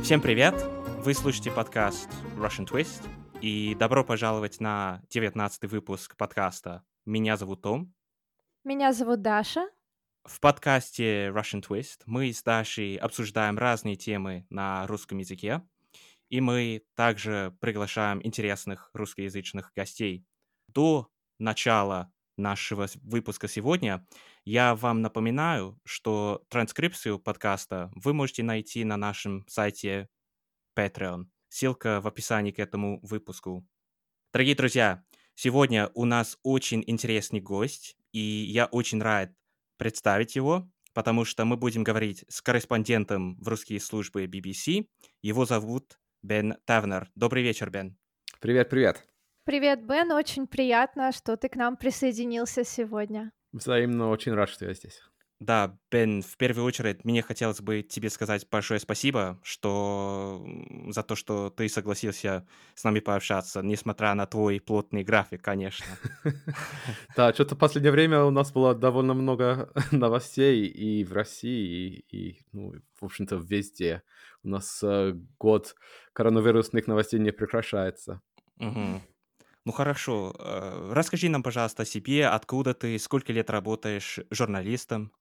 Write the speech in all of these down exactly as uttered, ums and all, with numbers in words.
Всем привет! Вы слушаете подкаст Russian Twist, и добро пожаловать на девятнадцатый выпуск подкаста. Меня зовут Том. Меня зовут Даша. В подкасте Russian Twist мы с Дашей обсуждаем разные темы на русском языке, и мы также приглашаем интересных русскоязычных гостей. До начала нашего с- выпуска сегодня я вам напоминаю, что транскрипцию подкаста вы можете найти на нашем сайте Patreon. Ссылка в описании к этому выпуску. Дорогие друзья, сегодня у нас очень интересный гость, и я очень рад представить его, потому что мы будем говорить с корреспондентом в русские службы би би си. Его зовут Бен Тавнер. Добрый вечер, Бен. Привет, привет. Привет, Бен. Очень приятно, что ты к нам присоединился сегодня. Взаимно очень рад, что я здесь. Да, Бен, в первую очередь мне хотелось бы тебе сказать большое спасибо, что м, за то, что ты согласился с нами пообщаться, несмотря на твой плотный график, конечно. Да, что-то в последнее время у нас было довольно много новостей и в России, и, и, ну, в общем-то, везде. У нас э, год коронавирусных новостей не прекращается. Мгм. Ну хорошо, э, расскажи нам, пожалуйста, о себе, откуда ты, сколько лет работаешь журналистом.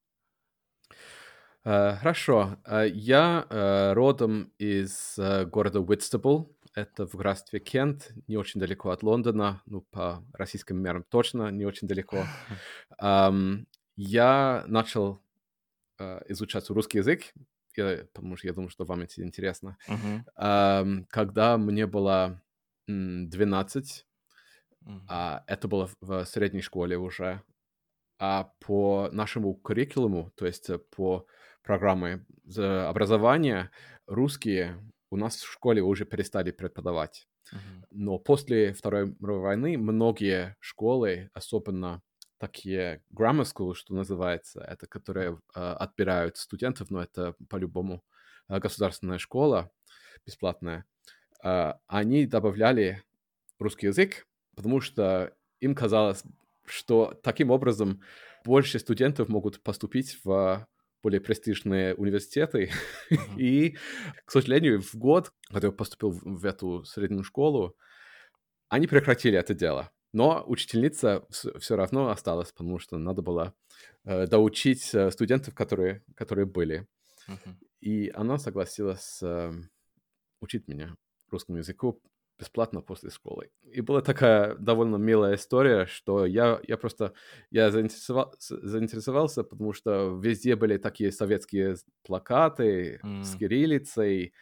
Э, Хорошо. Э, Я э, родом из э, города Уитстебл. Это в графстве Кент, не очень далеко от Лондона. Ну, по российским мерам точно не очень далеко. Ам, Я начал э, изучать русский язык, я, потому что я думаю, что вам это интересно. Мгм, Ам, когда мне было м, двенадцать, мгм, а это было в в средней школе уже, а по нашему curriculum, то есть э, по программе за образования, русские у нас в школе уже перестали преподавать. мгм, Но после Второй мировой войны многие школы, особенно такие grammar school, что называется, это которые э, отбирают студентов, но это по-любому э, государственная школа бесплатная, э, они добавляли русский язык, потому что им казалось, что таким образом больше студентов могут поступить в более престижные университеты. мгм. И, к сожалению, в год, когда я поступил в в эту среднюю школу, они прекратили это дело. Но учительница все равно осталась, потому что надо было э, доучить э, студентов, которые, которые были. Мгм. И она согласилась э, учить меня русскому языку бесплатно после школы. И была такая довольно милая история, что я, я просто я заинтересовал, с- заинтересовался, потому что везде были такие советские с- плакаты с М, кириллицей,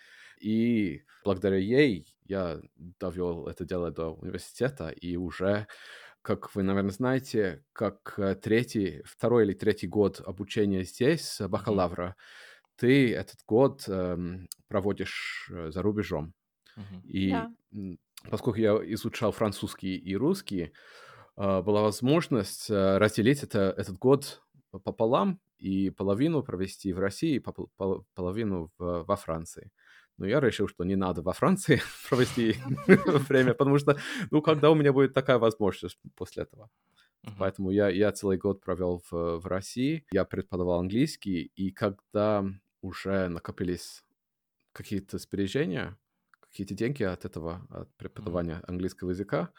и благодаря ей я довел это дело до университета, и уже, как вы, наверное, знаете, как э, третий, второй или третий год обучения здесь, э, мгм, бакалавра, ты этот год эм, проводишь э, за рубежом. мгм, И Да. м, поскольку я изучал французский и русский, а, была возможность э, разделить это, этот год пополам и половину провести в России, и попол- пол- половину в- во Франции. Но я решил, что не надо во Франции провести время, потому что, ну, когда у меня будет такая возможность после этого. мгм, Поэтому я, я целый год провел в, в России, я преподавал английский, и когда уже накопились какие-то сбережения, какие-то деньги от этого, от мгм, преподавания английского языка,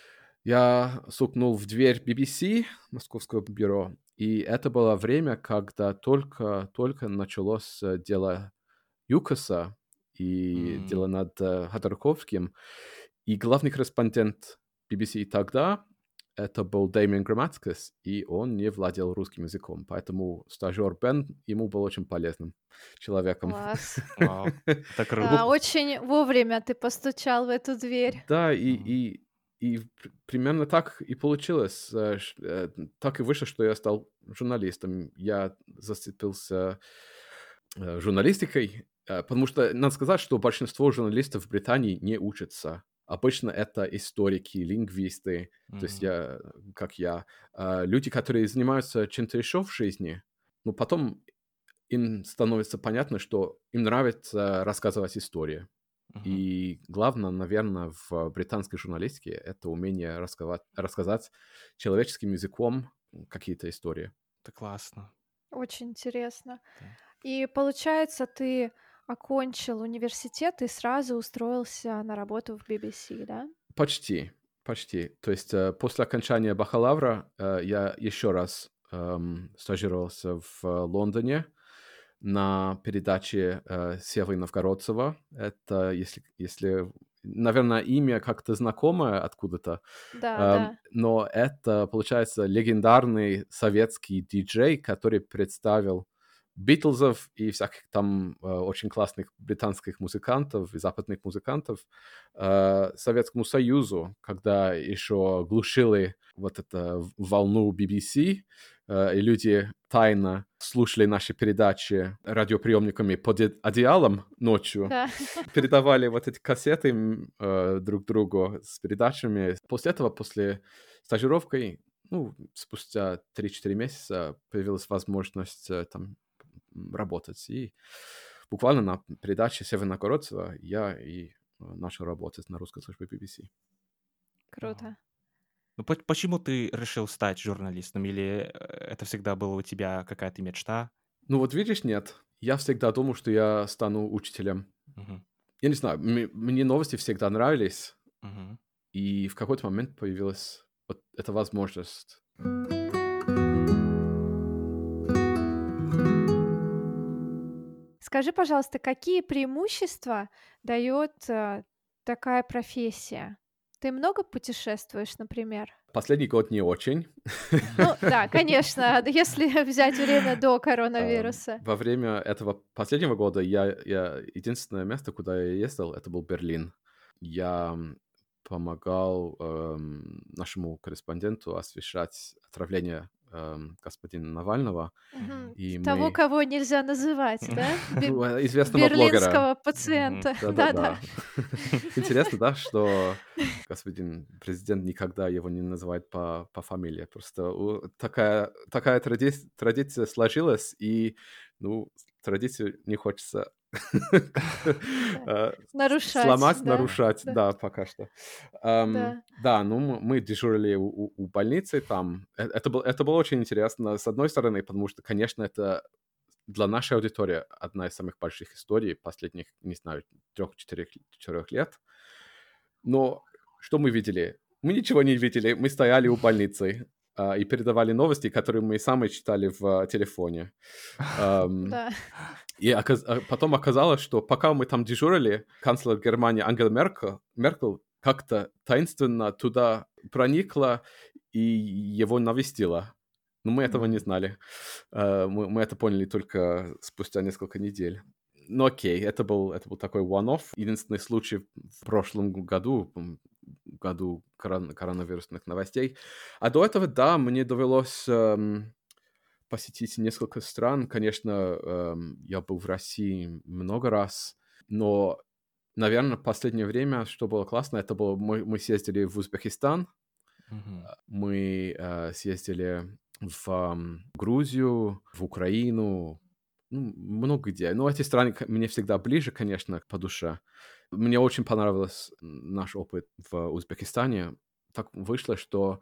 я стукнул в дверь би би си, московского бюро, и это было время, когда только-только началось э, дело ЮКОСа и дело м. над э, Ходорковским. И главный корреспондент би би си тогда это был Дэмиан Грамматикас, и он не владел русским языком, поэтому стажер Бен ему был очень полезным человеком. Класс. Вау, это Ну, Да, круто. очень вовремя ты постучал в эту дверь. да, и Мгм, и и пр примерно так и получилось. Э, ш э, так и вышло, что я стал журналистом. Я зацепился, э, журналистикой, э, потому что надо сказать, что большинство журналистов в Британии не учатся. Обычно это историки, лингвисты, то есть мгм, я, э, как я, а, люди, которые занимаются чем-то еще в жизни, но потом им становится понятно, что им нравится рассказывать истории. мгм. И главное, наверное, в британской журналистике это умение рассказать, рассказать человеческим языком какие-то истории. Это классно. Очень интересно. Да. И получается, ты окончил университет и сразу устроился на работу в би би си, да? Почти, почти. То есть э, после окончания бакалавра э, я еще раз эм, стажировался в э, Лондоне на передаче э, Севы Новгородцева. Это, если, если, наверное, имя как-то знакомое откуда-то, Да, эм, да. но это, получается, легендарный советский диджей, который представил Битлзов и всяких там э, очень классных британских музыкантов и западных музыкантов э, Советскому Союзу, когда еще глушили вот эту волну би би си, э, и люди тайно слушали наши передачи радиоприемниками под одеялом ночью, Да. передавали вот эти кассеты э, друг другу с передачами. После этого, после стажировки, ну, спустя три-четыре месяца появилась возможность э, там работать. И буквально на передаче Северного Новгородцева я и э, начал работать на русской службе би би си. Круто. Ну, по- почему ты решил стать журналистом? Или э, это всегда была у тебя какая-то мечта? Ну вот видишь, нет. Я всегда думал, что я стану учителем. Мгм. Я не знаю, м- мне новости всегда нравились, Мгм. и в какой-то момент появилась вот эта возможность. Скажи, пожалуйста, какие преимущества дает э, такая профессия? Ты много путешествуешь, например? Последний год не очень. Ну да, конечно, если взять время до Ам, коронавируса. Во время этого последнего года я, я единственное место, куда я ездил, это был Берлин. Я м, помогал эм, нашему корреспонденту освещать отравление эм, господина Навального, Мгм. и Того, мы... кого нельзя называть, да? Бе- Ну, э, известного блогера. Берлинского Мгм. пациента. Да-да. Да-да-да. Интересно, да, что господин президент никогда его не называет по, по фамилии. Просто у- такая, такая тради- традиция сложилась, и, ну, традицию не хочется как-то, Да. э, Нарушать, сломать, да? нарушать, Да. да, пока что. Ам, Да. Да, ну, мы мы дежурили у, у- у больницы там. Э, Это, был, это было очень интересно, с одной стороны, потому что, конечно, это для нашей аудитории одна из самых больших историй последних, не знаю, трех-четырех лет. Но что мы видели? Мы ничего не видели. Мы стояли у больницы а, и передавали новости, которые мы сами читали в а, телефоне. Ам, Да. и оказ- а потом оказалось, что пока мы там дежурили, канцлер Германии Ангела Меркель, Меркель как-то таинственно туда проникла и его навестила. Но мы этого не М. знали. Э, Мы, мы это поняли только спустя несколько недель. Ну окей, это был, это был такой one-off. Единственный случай в прошлом году, м, году корон- коронавирусных новостей. А до этого, да, мне довелось эм, посетить несколько стран. Конечно, эм, я был в России много раз, но, наверное, в последнее время, что было классно, это было, мы, мы съездили в Узбекистан, Мгм. мы э, съездили в ам, Грузию, в Украину, ну, много где. Но эти страны к- мне всегда ближе, конечно, по душе. Мне очень понравился наш опыт в Узбекистане. Так вышло, что,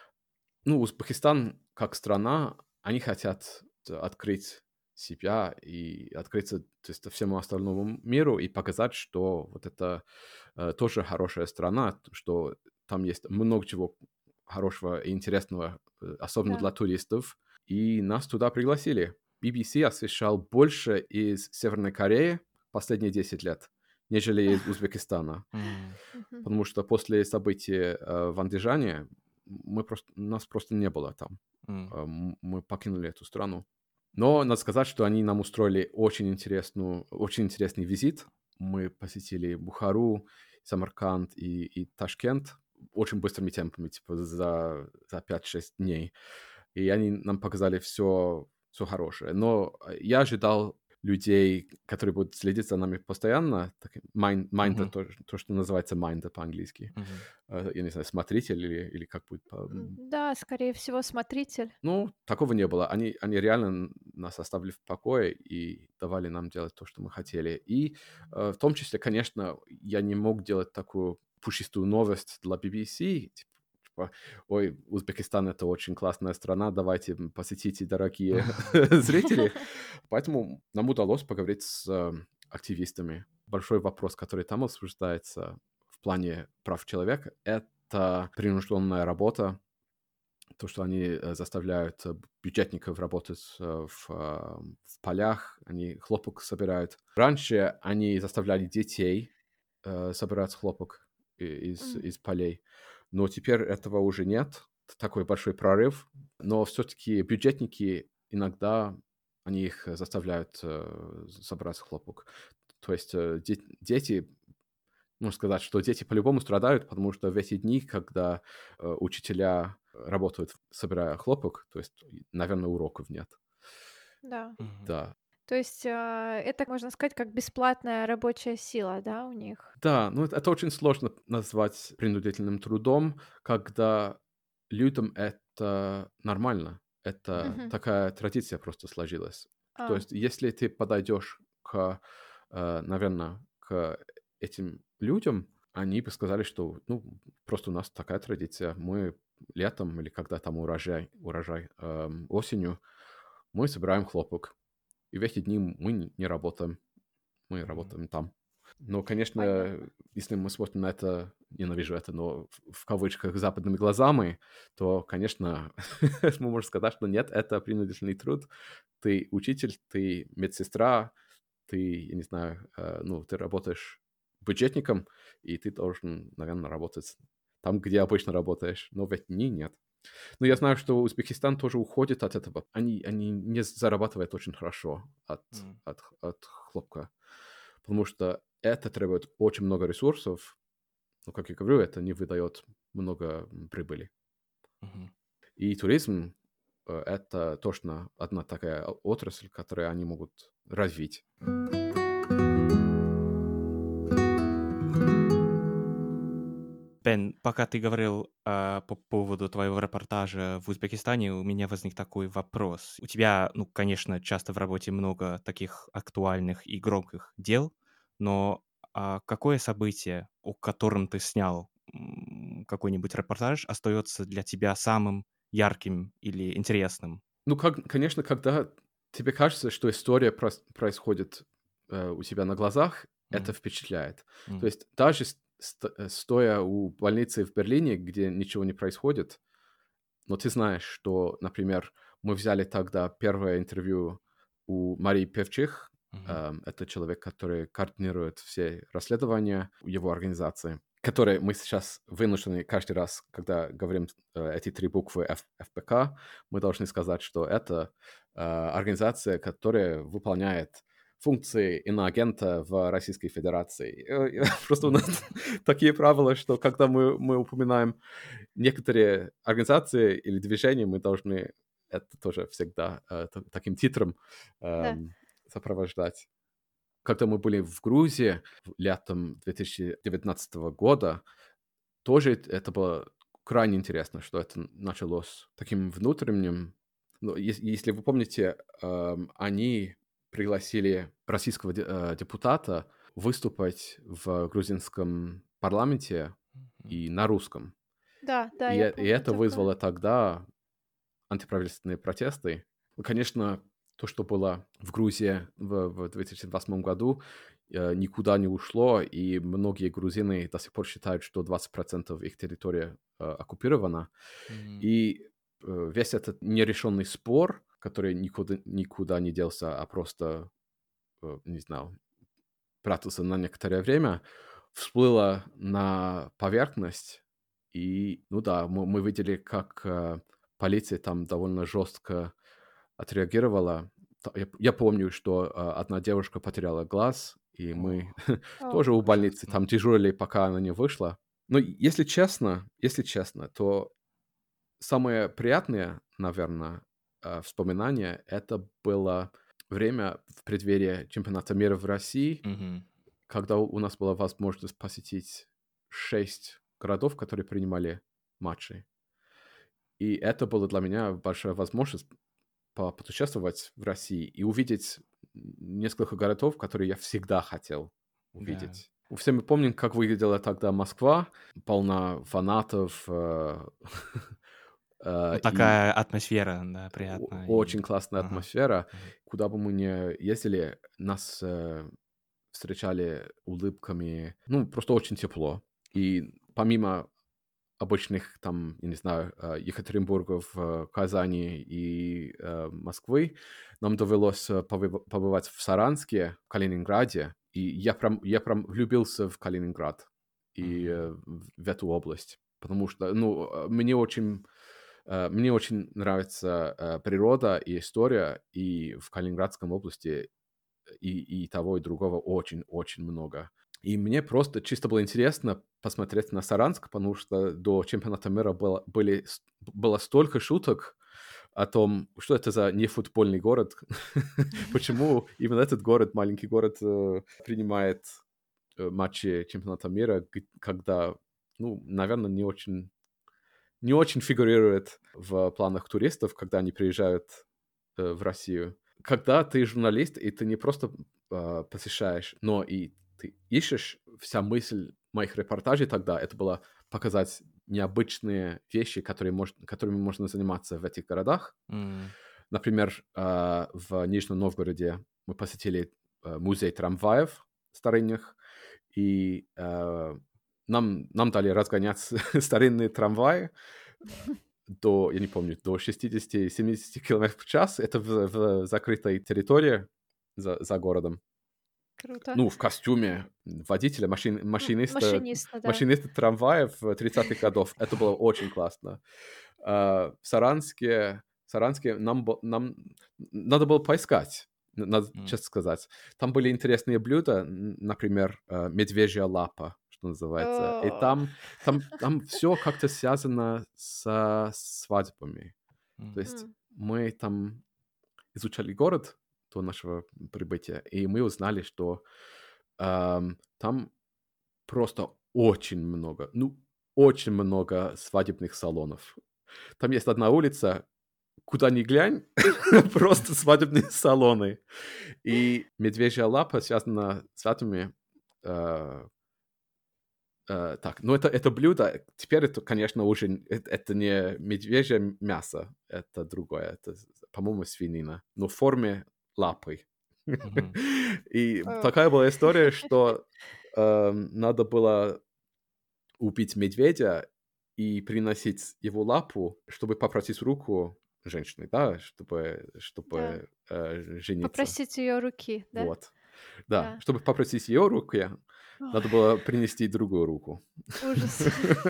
ну, Узбекистан как страна, они хотят э, открыть себя и открыться, то есть, всему остальному миру и показать, что вот это э, тоже хорошая страна, что там есть много чего хорошего и интересного, э, особенно Да. для туристов. И нас туда пригласили. би би си освещал больше из Северной Кореи последние десять лет, нежели из Узбекистана. М. Мгм. Потому что после событий э, в Андижане мы просто, нас просто не было там. М. Э, м- Мы покинули эту страну. Но надо сказать, что они нам устроили очень интересную, очень интересный визит. Мы посетили Бухару, Самарканд и, и Ташкент очень быстрыми темпами, типа за, за пять-шесть дней. И они нам показали все, все хорошее. Но э, я ожидал людей, которые будут следить за нами постоянно. Так, mind, mind Мгм. то, то, что называется mind по-английски. Мгм. Э, Я не знаю, смотритель или, или как будет по- М, Да, скорее всего, смотритель. ну, такого не было. Они, они реально н- нас оставили в покое и давали нам делать то, что мы хотели. И э, в том числе, конечно, я не мог делать такую пушистую новость для би би си. Типа, типа, ой, Узбекистан — это очень классная страна, давайте м, посетите, дорогие зрители. Поэтому нам удалось поговорить с э, активистами. Большой вопрос, который там обсуждается в плане прав человека, это принужденная работа, то, что они э, заставляют э, бюджетников работать э, в, э, в полях, они хлопок собирают. Раньше они заставляли детей э, собирать хлопок и- из, М. из полей, но теперь этого уже нет. Такой большой прорыв. Но все-таки бюджетники иногда они их э, заставляют э, собрать хлопок. То есть э, де- дети, можно сказать, что дети по-любому страдают, потому что в эти дни, когда э, учителя работают, собирая хлопок, то есть, наверное, уроков нет. Да. Мгм. Да. То есть а, это, можно сказать, как бесплатная рабочая сила, да, у них? Да, ну это, это очень сложно назвать принудительным трудом, когда людям это нормально. Это Мгм. такая традиция просто сложилась. То А, есть, если ты подойдешь к, э, наверное, к этим людям, они бы сказали, что, ну, просто у нас такая традиция. Мы летом или когда там урожай, урожай эм, осенью, мы собираем хлопок. И в эти дни мы не не работаем, мы Мгм. работаем там. Но, конечно, понятно. если мы смотрим на это, ненавижу это, но в, в кавычках западными глазами, то, конечно, мы можем сказать, что нет, это принудительный труд. Ты учитель, ты медсестра, ты, я не знаю, э, ну, ты работаешь бюджетником, и ты должен, наверное, работать там, где обычно работаешь, но в эти дни нет. Но я знаю, что Узбекистан тоже уходит от этого. Они, они не зарабатывают очень хорошо от, М. от, от хлопка, потому что это требует очень много ресурсов. Но, как я говорю, это не выдает много м, прибыли. Мгм. И туризм э, это точно одна такая о- отрасль, которую они могут развить. Бен, пока ты говорил а, по поводу твоего репортажа в Узбекистане, у меня возник такой вопрос. У тебя, ну, конечно, часто в работе много таких актуальных и громких дел, но а, какое событие, о котором ты снял м, какой-нибудь репортаж, остается для тебя самым ярким или интересным? Ну, как, конечно, когда тебе кажется, что история прос- происходит э, у тебя на глазах, это М, впечатляет. То м, есть даже с- ст- э, стоя у больницы в Берлине, где ничего не происходит, но ты знаешь, что, например, мы взяли тогда первое интервью у Марии Певчих. мгм, эм, Это человек, который координирует все расследования его организации, которые мы сейчас вынуждены каждый раз, когда говорим э, эти три буквы F- эф пэ ка, мы должны сказать, что это э, организация, которая выполняет функции иноагента в Российской Федерации. Э, Просто у нас мгм, такие правила, что когда мы, мы упоминаем некоторые организации или движения, мы должны это тоже всегда э, та- таким титром Да. эм, сопровождать. Когда мы были в Грузии в- летом две тысячи девятнадцатого года, тоже эт- это было крайне интересно, что это началось таким внутренним. Ну, ес- если вы помните, эм, они пригласили российского де- э, депутата выступать в грузинском парламенте мгм. и на русском. Да, да, И, я э- и помню это такое. вызвало тогда антиправительственные протесты. Ну, конечно, то, что было в Грузии в, в две тысячи восьмом году, э, никуда не ушло, и многие грузины до сих пор считают, что двадцать процентов их территории э, оккупирована. М, И э, весь этот нерешенный спор, который никуда, никуда не делся, а просто, э, не знаю, прятался на некоторое время, всплыло на поверхность. И, ну да, мы, мы видели, как э, полиция там довольно жестко отреагировала. Та- Я, я помню, что э, одна девушка потеряла глаз, и О, мы О, тоже у больницы ужасно. там дежурили, пока она не вышла. Но если честно, если честно, то самое приятное, наверное, э, вспоминание, это было время в преддверии чемпионата мира в России, Мгм. когда у нас была возможность посетить шесть городов, которые принимали матчи. И это было для меня большая возможность попутешествовать в России и увидеть несколько городов, которые я всегда хотел Да. увидеть. Все мы помним, как выглядела тогда Москва, полна фанатов, э, Ну, э, и такая атмосфера, да, о- приятная. И... очень классная Ага. атмосфера. Мгм. Куда бы мы ни ездили, нас э, встречали улыбками, ну, просто очень тепло. И помимо обычных, там, я не знаю, э, Екатеринбургов, э, Казани и э, Москвы, нам довелось э, побыва- побывать в Саранске, в Калининграде, и я прям, я прям влюбился в Калининград и э, Мгм. в в эту область, потому что, ну, э, мне очень, э, мне очень нравится э, природа и история, и в Калининградском области и, и того, и другого очень-очень много. И мне просто чисто было интересно посмотреть на Саранск, потому что до чемпионата мира было, были, с- было столько шуток о том, что это за нефутбольный город, почему именно этот город, маленький город, э, принимает э, матчи чемпионата мира, г- когда, ну, наверное, не очень, не очень фигурирует в планах туристов, когда они приезжают э, в Россию. Когда ты журналист, и ты не просто э, посещаешь, но и ты ищешь, вся мысль моих репортажей тогда, это было показать необычные вещи, которые мож, которыми можно заниматься в этих городах. М. Например, э, в Нижнем Новгороде мы посетили э, музей трамваев старинных, и э, нам, нам дали разгонять старинные трамваи до, я не помню, до шестьдесят-семьдесят километров в час. Это в, в закрытой территории за, за городом. Круто. Ну, в костюме водителя, машин, М, машиниста, Машиниста, да. машиниста трамваев тридцатых годов. Это было очень классно. А, в Саранске, в Саранске нам, бо- нам надо было поискать, н- надо М. честно сказать. Там были интересные блюда, н- например, э, медвежья лапа, что называется. И О, там, там, там все как-то связано со свадьбами. То М. есть м, мы там изучали город до нашего прибытия, и мы узнали, что ам, там просто очень много, ну, очень много свадебных салонов. Там есть одна улица, куда ни глянь, просто свадебные салоны. И медвежья лапа связана с свадьбами. э, э, так, ну это, это блюдо, теперь это, конечно, уже н- это, это не медвежье мясо, это другое, это, по-моему, свинина, но в форме лапы. Мгм. И о. такая была история, что эм, надо было убить медведя и приносить его лапу, чтобы попросить руку женщины, да, чтобы, Да. чтобы э, жениться. Попросить ее руки, да? Вот. Да, Да. чтобы попросить ее руки, надо Ой, было принести другую руку. ужас.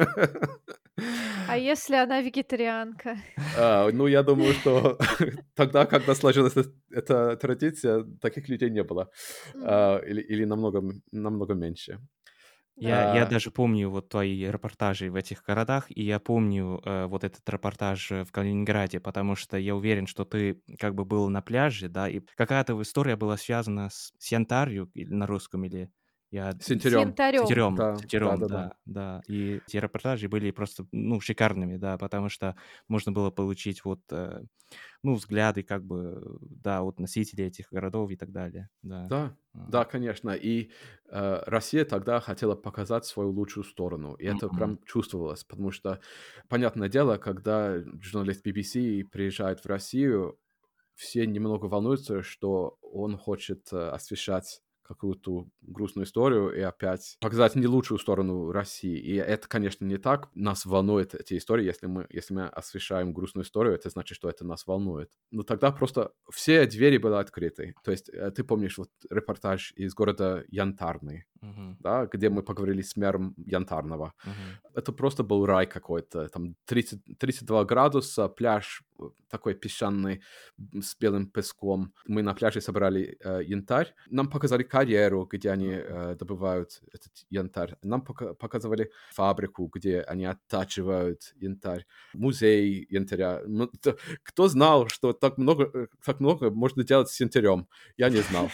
А если она вегетарианка? А, ну, я думаю, что тогда, когда сложилась эс- эта традиция, таких людей не было. М, А, или, или намного, м- намного меньше. Я, Да. я А, даже помню вот твои репортажи в этих городах, и я помню э, вот этот репортаж э, в Калининграде, потому что я уверен, что ты как бы был на пляже, да, и какая-то история была связана с, с янтарью или на русском, или я с С янтарем. янтарем. сетерем, Да, да, сетерем, да, да. да, да. И эти репортажи были просто, ну, шикарными, да, потому что можно было получить вот, э, ну, взгляды как бы, да, от носителей этих городов и так далее, да. Да, А, да, конечно. И э, Россия тогда хотела показать свою лучшую сторону. И это мгм. прям чувствовалось, потому что, понятное дело, когда журналист би би си приезжает в Россию, все немного волнуются, что он хочет э, освещать какую-то грустную историю и опять показать не лучшую сторону России. И это, конечно, не так. Нас волнуют эти истории. Если мы, если мы освещаем грустную историю, это значит, что это нас волнует. Но тогда просто все двери были открыты. То есть э, ты помнишь вот репортаж из города Янтарный, Мгм. да, где мы поговорили с мэром Янтарного. Мгм. Это просто был рай какой-то. Там тридцать, тридцать два градуса, пляж э, такой песчаный м, с белым песком. Мы на пляже собрали э, янтарь. Нам показали карьеру, где они э, добывают этот янтарь. Нам пока- показывали фабрику, где они оттачивают янтарь. Музей янтаря. Ну, т- Кто знал, что так много, э, так много можно делать с янтарем? Я не знал.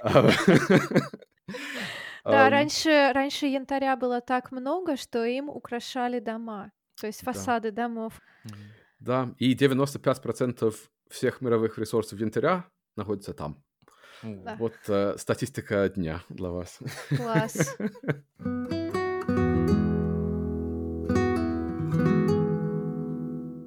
Да, Ам, раньше, раньше янтаря было так много, что им украшали дома, то есть Да. фасады домов. Мгм. Да, и девяносто пять процентов всех мировых ресурсов янтаря находится там. О. Да, Вот э, статистика дня для вас. класс.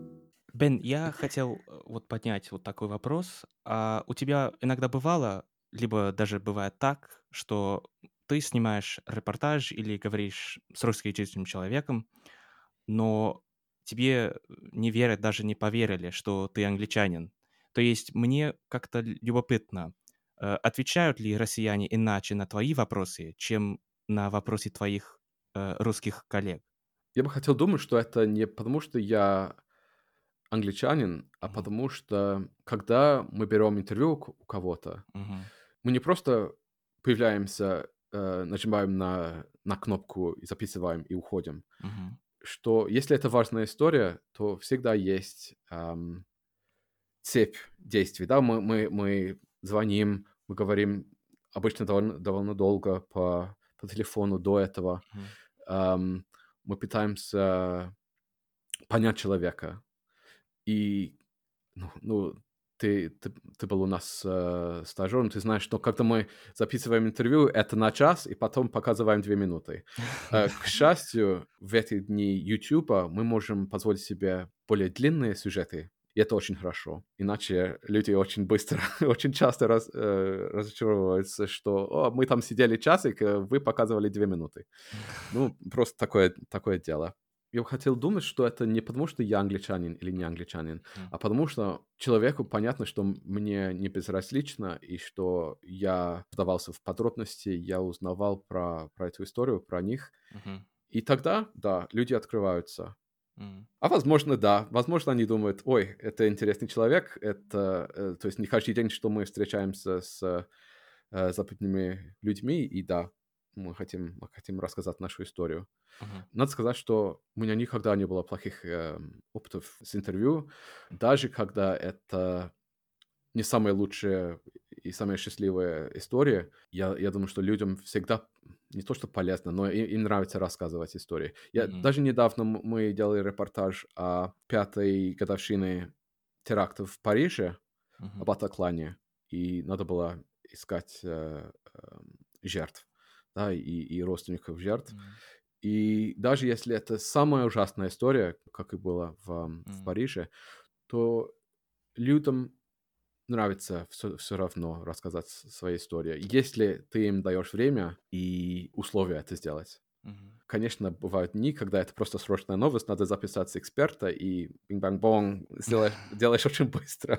Бен, я хотел э, вот поднять вот такой вопрос. А у тебя иногда бывало либо даже бывает так, что ты снимаешь репортаж или говоришь с русскоязычным человеком, но тебе не верят, даже не поверили, что ты англичанин. То есть мне как-то л- любопытно, э, отвечают ли россияне иначе на твои вопросы, чем на вопросы твоих э, русских коллег? Я бы хотел думать, что это не потому, что я англичанин, а Мгм. потому что, когда мы берем интервью у к- у кого-то, Мгм. мы не просто появляемся, э, нажимаем на, на кнопку и записываем и уходим. Мгм. Что если это важная история, то всегда есть ам, цепь действий. Да? Мы, мы, мы звоним, мы говорим обычно довольно, довольно долго по, по телефону до этого. Мгм. Ам, мы пытаемся понять человека. И ну, ну, ты, ты, ты был у нас э, стажером, ты знаешь, что когда мы записываем интервью, это на час, и потом показываем две минуты. Э, к счастью, в эти дни YouTube мы можем позволить себе более длинные сюжеты, и это очень хорошо. Иначе люди очень быстро, очень часто раз, э, разочаровываются, что «О, мы там сидели часик, э, вы показывали две минуты». Ну, просто такое, такое дело. Я бы хотел думать, что это не потому, что я англичанин или не англичанин, Мгм. а потому что человеку понятно, что м- мне не безразлично, и что я вдавался в подробности, я узнавал про, про эту историю, про них. Мгм. И тогда, да, люди открываются. Мгм. А возможно, да. Возможно, они думают, ой, это интересный человек. Это, э, то есть не каждый день, что мы встречаемся с э, западными людьми, и да, мы хотим, мы хотим рассказать нашу историю. Мгм. Надо сказать, что у меня никогда не было плохих эм, опытов с интервью, даже когда это не самая лучшая и самая счастливая история. Я, я думаю, что людям всегда не то, что полезно, но и- им нравится рассказывать истории. Я, Мгм. даже недавно м- мы делали репортаж о пятой годовщине терактов в Париже, о Мгм. Батаклане, и надо было искать э, эм, жертв, да, и, и родственников жертв. Мгм. И даже если это самая ужасная история, как и было в, ам, в Мгм. Париже, то людям нравится все, все равно рассказать с- свои истории, если ты им даешь время и условия это сделать. Мгм. Конечно, бывают дни, когда это просто срочная новость, надо записаться эксперта, и бинг-банг-бонг, сделаешь, делаешь очень быстро.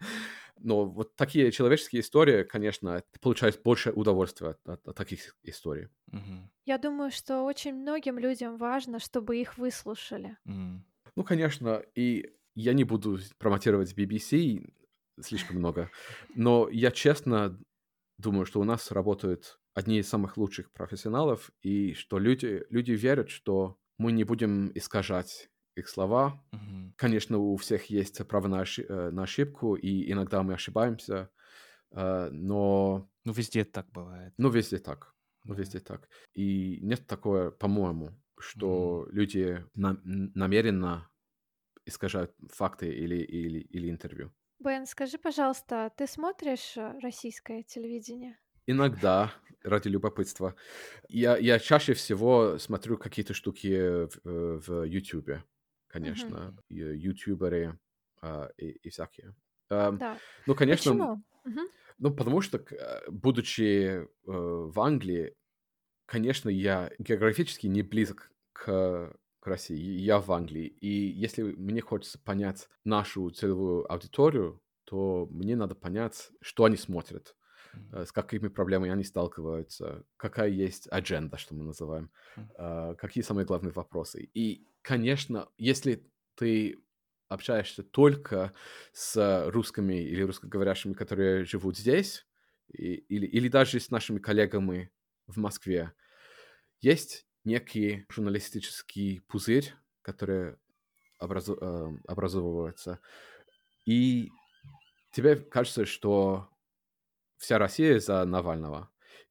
Но вот такие человеческие истории, конечно, ты получаешь больше удовольствия от, от- от таких историй. Мгм. Я думаю, что очень многим людям важно, чтобы их выслушали. Мгм. Ну, конечно, и я не буду промотировать би би си слишком много, но я честно думаю, что у нас работают одни из самых лучших профессионалов, и что люди, люди верят, что мы не будем искажать их слова. Мгм. Конечно, у всех есть право на, оши- э, на ошибку, и иногда мы ошибаемся, э, но, Ну, везде так бывает. но везде так. Но Да. везде так. И нет такое, по-моему, Мгм. что люди на- намеренно искажают факты или, или, или интервью. Бен, скажи, пожалуйста, ты смотришь э, российское телевидение? Иногда, ради любопытства. Я, я чаще всего смотрю какие-то штуки в, э, в YouTube, Мгм. конечно. И, э, Ютуберы а, и, и всякие. Ам, Да. ну, конечно, м, Почему? Мгм. ну, потому что, к- э, будучи э, в Англии, конечно, я географически не близок к, к России. Я в Англии. И если мне хочется понять нашу целевую аудиторию, то мне надо понять, что они смотрят, Мгм. э, с какими проблемами они сталкиваются, какая есть адженда, что мы называем, Мгм. э, какие самые главные вопросы. И, конечно, если ты общаешься только с русскими или русскоговорящими, которые живут здесь, и- или, или даже с нашими коллегами в Москве, есть некий журналистический пузырь, который образу- э, образовывается, и тебе кажется, что вся Россия за Навального,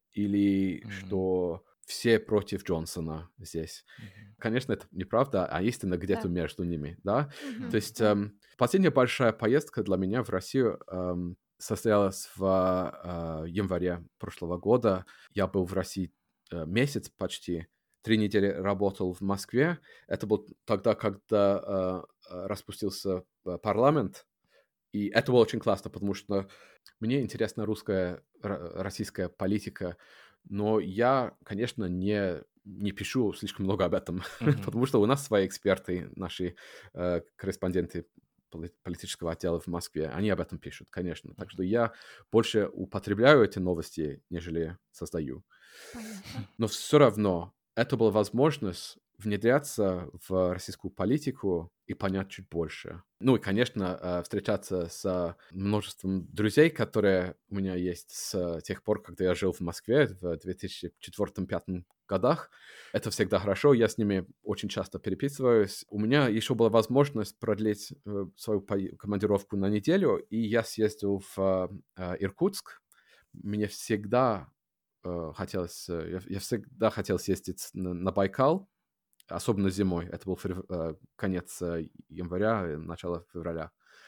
или Мгм. что все против Джонсона здесь. Мгм. Конечно, это неправда, а истина где-то Да. между ними, да? То Мгм. есть Да. эм, последняя большая поездка для меня в Россию эм, состоялась в э, январе прошлого года. Я был в России э, месяц почти, три недели работал в Москве. Это был тогда, когда э, э, распустился э, парламент, И это было очень классно, потому что мне интересна русская, российская политика, но я, конечно, не, не пишу слишком много об этом, mm-hmm. потому что у нас свои эксперты, наши э, корреспонденты политического отдела в Москве, они об этом пишут, конечно. Mm-hmm. Так что я больше употребляю эти новости, нежели создаю. Понятно. Но все равно это была возможность внедряться в российскую политику и понять чуть больше. Ну и, конечно, встречаться с множеством друзей, которые у меня есть с тех пор, когда я жил в Москве в две тысячи четвёртом-две тысячи пятом годах. Это всегда хорошо, я с ними очень часто переписываюсь. У меня еще была возможность продлить свою командировку на неделю, и я съездил в Иркутск. Мне всегда хотелось, я, я всегда хотел съездить на, на Байкал, особенно зимой. Это был февр... конец января, начало февраля.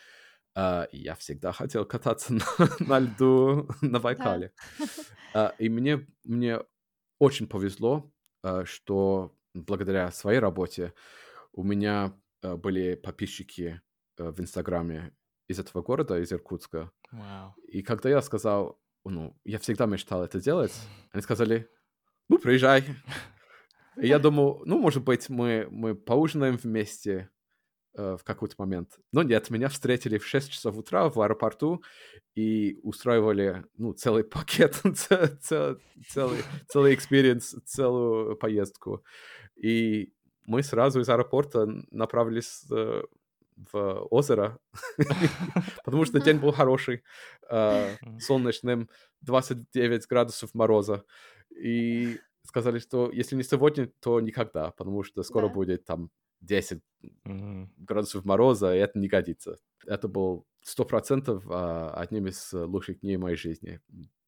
И я всегда хотел кататься на, на льду на Байкале. Да. И мне, мне очень повезло, что благодаря своей работе у меня были подписчики в Инстаграме из этого города, из Иркутска. Wow. И когда я сказал, ну, я всегда мечтал это делать, они сказали, ну, приезжай. И я думал, ну, может быть, мы, мы поужинаем вместе э, в какой-то момент. Но нет, меня встретили в шесть часов утра в аэропорту и устраивали, ну, целый пакет, целый, целый экспириенс, целую поездку. И мы сразу из аэропорта направились э, в озеро, потому что день был хороший, э, солнечным, двадцать девять градусов мороза. И сказали, что если не сегодня, то никогда, потому что скоро да. будет там десять mm-hmm. градусов мороза, и это не годится. Это был сто процентов э, одним из лучших дней моей жизни.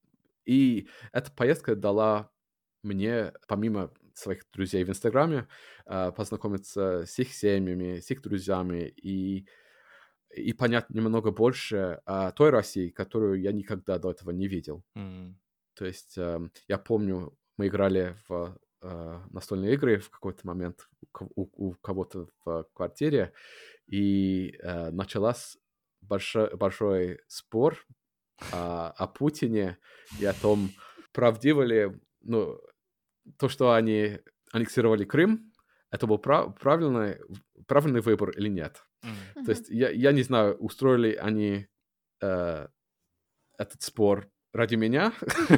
И эта поездка дала мне, помимо своих друзей в Инстаграме, э, познакомиться с их семьями, с их друзьями и, и понять немного больше о той России, которую я никогда до этого не видел. Mm-hmm. То есть э, я помню, мы играли в э, настольные игры в какой-то момент у, у, у кого-то в квартире, и э, начался большой, большой спор о, о Путине и о том, правдиво ли, ну, то, что они аннексировали Крым, это был прав, правильный, правильный выбор или нет. Mm-hmm. То есть я, я не знаю, устроили они э, этот спор ради меня,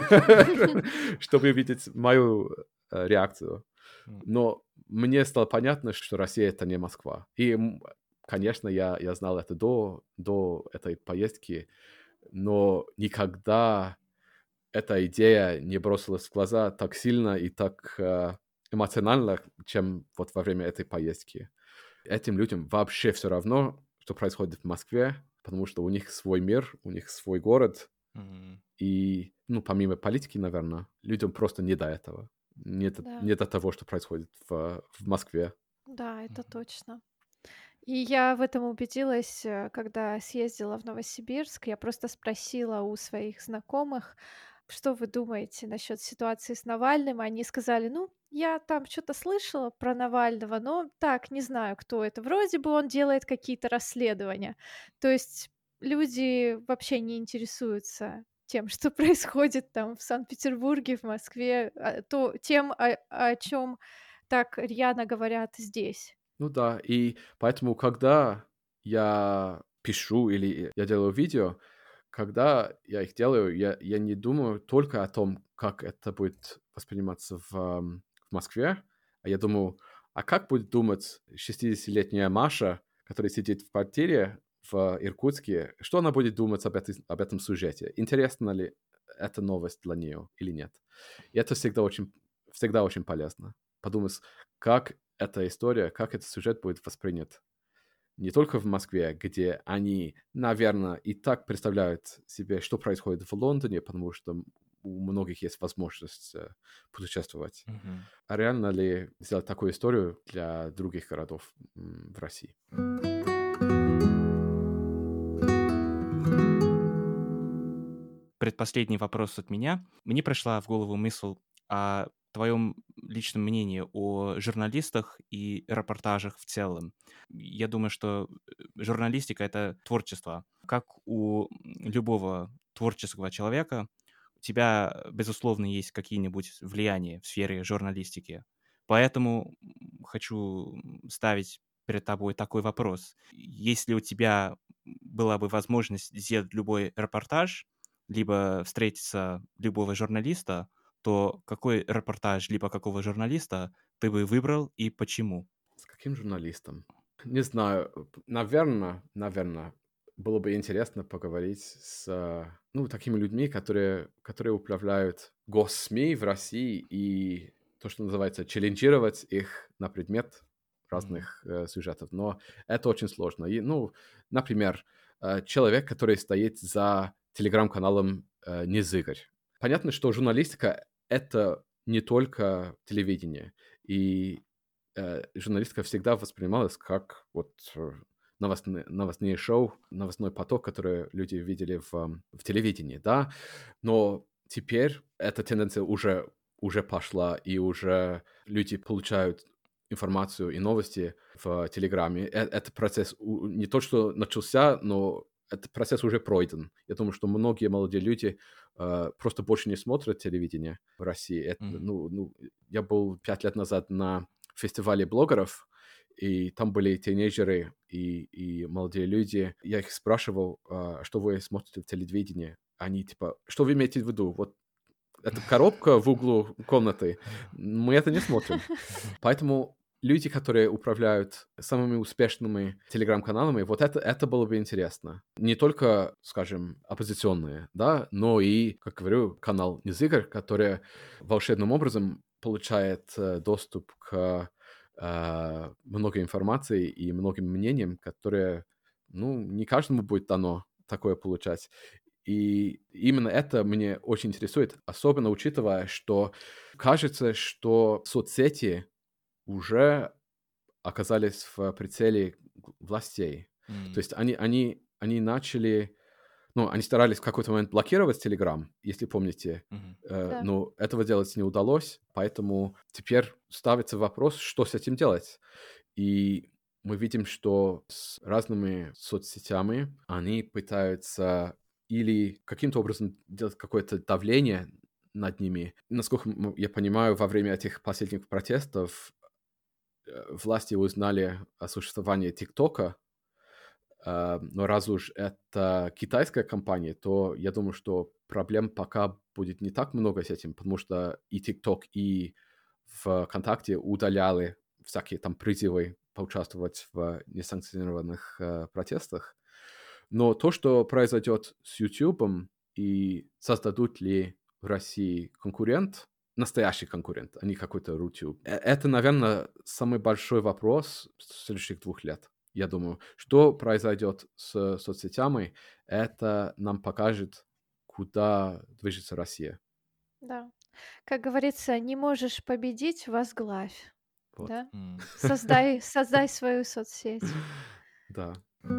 чтобы увидеть мою э, реакцию. Но мне стало понятно, что Россия — это не Москва. И, конечно, я, я знал это до, до этой поездки, но никогда эта идея не бросилась в глаза так сильно и так э, эмоционально, чем вот во время этой поездки. Этим людям вообще все равно, что происходит в Москве, потому что у них свой мир, у них свой город, mm-hmm. и, ну, помимо политики, наверное, людям просто не до этого, не до, да. не до того, что происходит в, в Москве. Да, это mm-hmm. точно. И я в этом убедилась, когда съездила в Новосибирск. Я просто спросила у своих знакомых, что вы думаете насчет ситуации с Навальным? Они сказали, ну, я там что-то слышала про Навального, но так, не знаю, кто это. Вроде бы он делает какие-то расследования. То есть люди вообще не интересуются тем, что происходит там в Санкт-Петербурге, в Москве, то, тем, о, о чем так рьяно говорят здесь. Ну да, и поэтому, когда я пишу или я делаю видео, когда я их делаю, я, я не думаю только о том, как это будет восприниматься в, в Москве, а я думаю, а как будет думать шестидесятилетняя Маша, которая сидит в квартире в Иркутске, что она будет думать об, этой, об этом сюжете? Интересна ли эта новость для нее или нет? И это всегда очень, всегда очень полезно. Подумать, как эта история, как этот сюжет будет воспринят не только в Москве, где они, наверное, и так представляют себе, что происходит в Лондоне, потому что у многих есть возможность э, путешествовать. Mm-hmm. А реально ли сделать такую историю для других городов м, в России? Предпоследний вопрос от меня. Мне пришла в голову мысль, а твоем личном мнении о журналистах и репортажах в целом. Я думаю, что журналистика — это творчество. Как у любого творческого человека, у тебя, безусловно, есть какие-нибудь влияния в сфере журналистики. Поэтому хочу ставить перед тобой такой вопрос. Если у тебя была бы возможность сделать любой репортаж, либо встретиться любого журналиста, то какой репортаж либо какого журналиста ты бы выбрал и почему? С каким журналистом? Не знаю. Наверное, наверное, было бы интересно поговорить с, ну, такими людьми, которые, которые управляют госсми в России, и то, что называется, челленджировать их на предмет разных э, сюжетов. Но это очень сложно. И, ну, например, э, человек, который стоит за телеграм-каналом э, Незыгорь. Понятно, что журналистика — это не только телевидение. И э, журналистика всегда воспринималась как вот э, новостные, новостные шоу, новостной поток, который люди видели в, ам, в телевидении, да. Но теперь эта тенденция уже, уже пошла, и уже люди получают информацию и новости в Телеграме. Э- Это процесс у- не то, что начался, но этот процесс уже пройден. Я думаю, что многие молодые люди э, просто больше не смотрят телевидение в России. Это, Мгм. ну, ну, я был пять лет назад на фестивале блогеров, и там были тинейджеры и, и молодые люди. Я их спрашивал, а, что вы смотрите в телевидении. Они типа, что вы имеете в виду? Вот эта коробка в углу комнаты, мы это не смотрим. Поэтому люди, которые управляют самыми успешными телеграм-каналами, вот это, это было бы интересно. Не только, скажем, оппозиционные, да, но и, как говорю, канал Незыгорь, который волшебным образом получает э, доступ к э, много информации и многим мнениям, которые, ну, не каждому будет дано такое получать. И именно это мне очень интересует, особенно учитывая, что кажется, что соцсети уже оказались в прицеле г- властей. То М, есть они, они, они начали, ну, они старались в какой-то момент блокировать Telegram, если помните, мгм. э, Да. но этого делать не удалось, поэтому теперь ставится вопрос, что с этим делать. И мы видим, что с разными соцсетями они пытаются или каким-то образом делать какое-то давление над ними. Насколько м- я понимаю, во время этих последних протестов э, власти узнали о существовании ТикТока, э, но раз уж это китайская компания, то я думаю, что проблем пока будет не так много с этим, потому что и ТикТок, и ВКонтакте удаляли всякие там призывы поучаствовать в несанкционированных э, протестах. Но то, что произойдет с Ютубом и создадут ли в России конкурент, настоящий конкурент, а не какой-то Рутюб, э- это, наверное, самый большой вопрос следующих двух лет. Я думаю, что произойдет с соцсетями, это нам покажет, куда движется Россия. Да. Как говорится, не можешь победить — возглавь. Вот. Да? М. Создай, создай свою соцсеть. Да.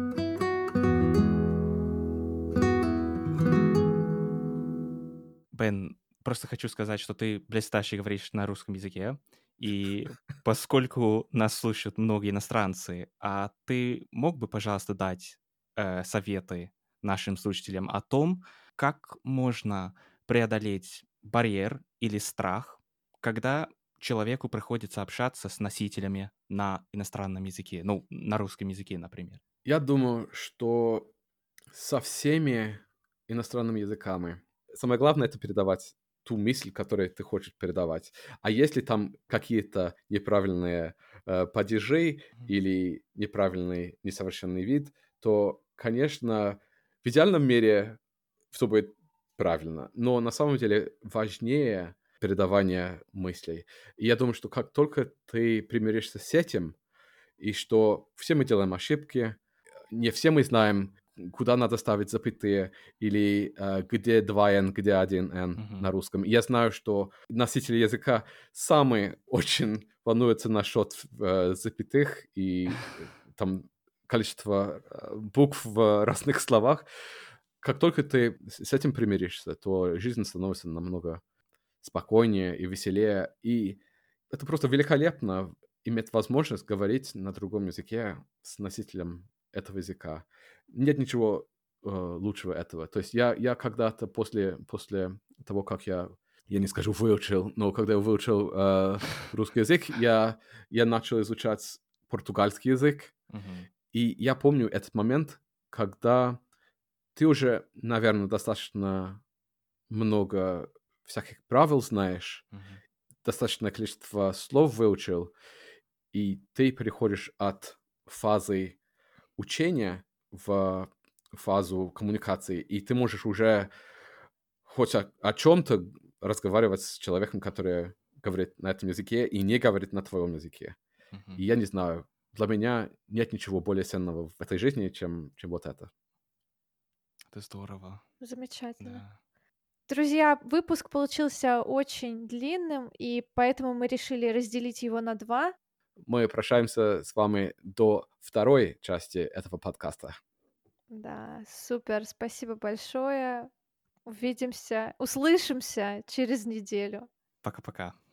Бен, просто хочу сказать, что ты блестяще говоришь на русском языке, и поскольку нас слушают многие иностранцы, а ты мог бы, пожалуйста, дать э, советы нашим слушателям о том, как можно преодолеть барьер или страх, когда человеку приходится общаться с носителями на иностранном языке, ну, на русском языке, например. Я думаю, что со всеми иностранными языками самое главное — это передавать ту мысль, которую ты хочешь передавать. А если там какие-то неправильные э, падежи Мгм. или неправильный, несовершенный вид, то, конечно, в идеальном мире все будет правильно. Но на самом деле важнее передавание мыслей. И я думаю, что как только ты примиришься с этим, и что все мы делаем ошибки, не все мы знаем, куда надо ставить запятые, или э, где два н, где один н Мгм. на русском. Я знаю, что носители языка сами очень волнуются насчет э, запятых и э, там количество э, букв в разных словах. Как только ты с с этим примиришься, то жизнь становится намного спокойнее и веселее. И это просто великолепно иметь возможность говорить на другом языке с носителем этого языка. Нет ничего э, лучшего этого. То есть я, я когда-то после, после того, как я, я не скажу выучил, но когда я выучил э, русский язык, я, я начал изучать португальский язык. Мгм. И я помню этот момент, когда ты уже, наверное, достаточно много всяких правил знаешь, Мгм. достаточное количество слов выучил, и ты переходишь от фазы учения в фазу коммуникации, и ты можешь уже хоть о, о чем-то разговаривать с человеком, который говорит на этом языке и не говорит на твоем языке. Мгм. И я не знаю, для меня нет ничего более ценного в этой жизни, чем, чем вот это. Это здорово, Замечательно. да. Друзья, выпуск получился очень длинным, и поэтому мы решили разделить его на два. Мы прощаемся с вами до второй части этого подкаста. Да, супер, спасибо большое. Увидимся, услышимся через неделю. Пока-пока.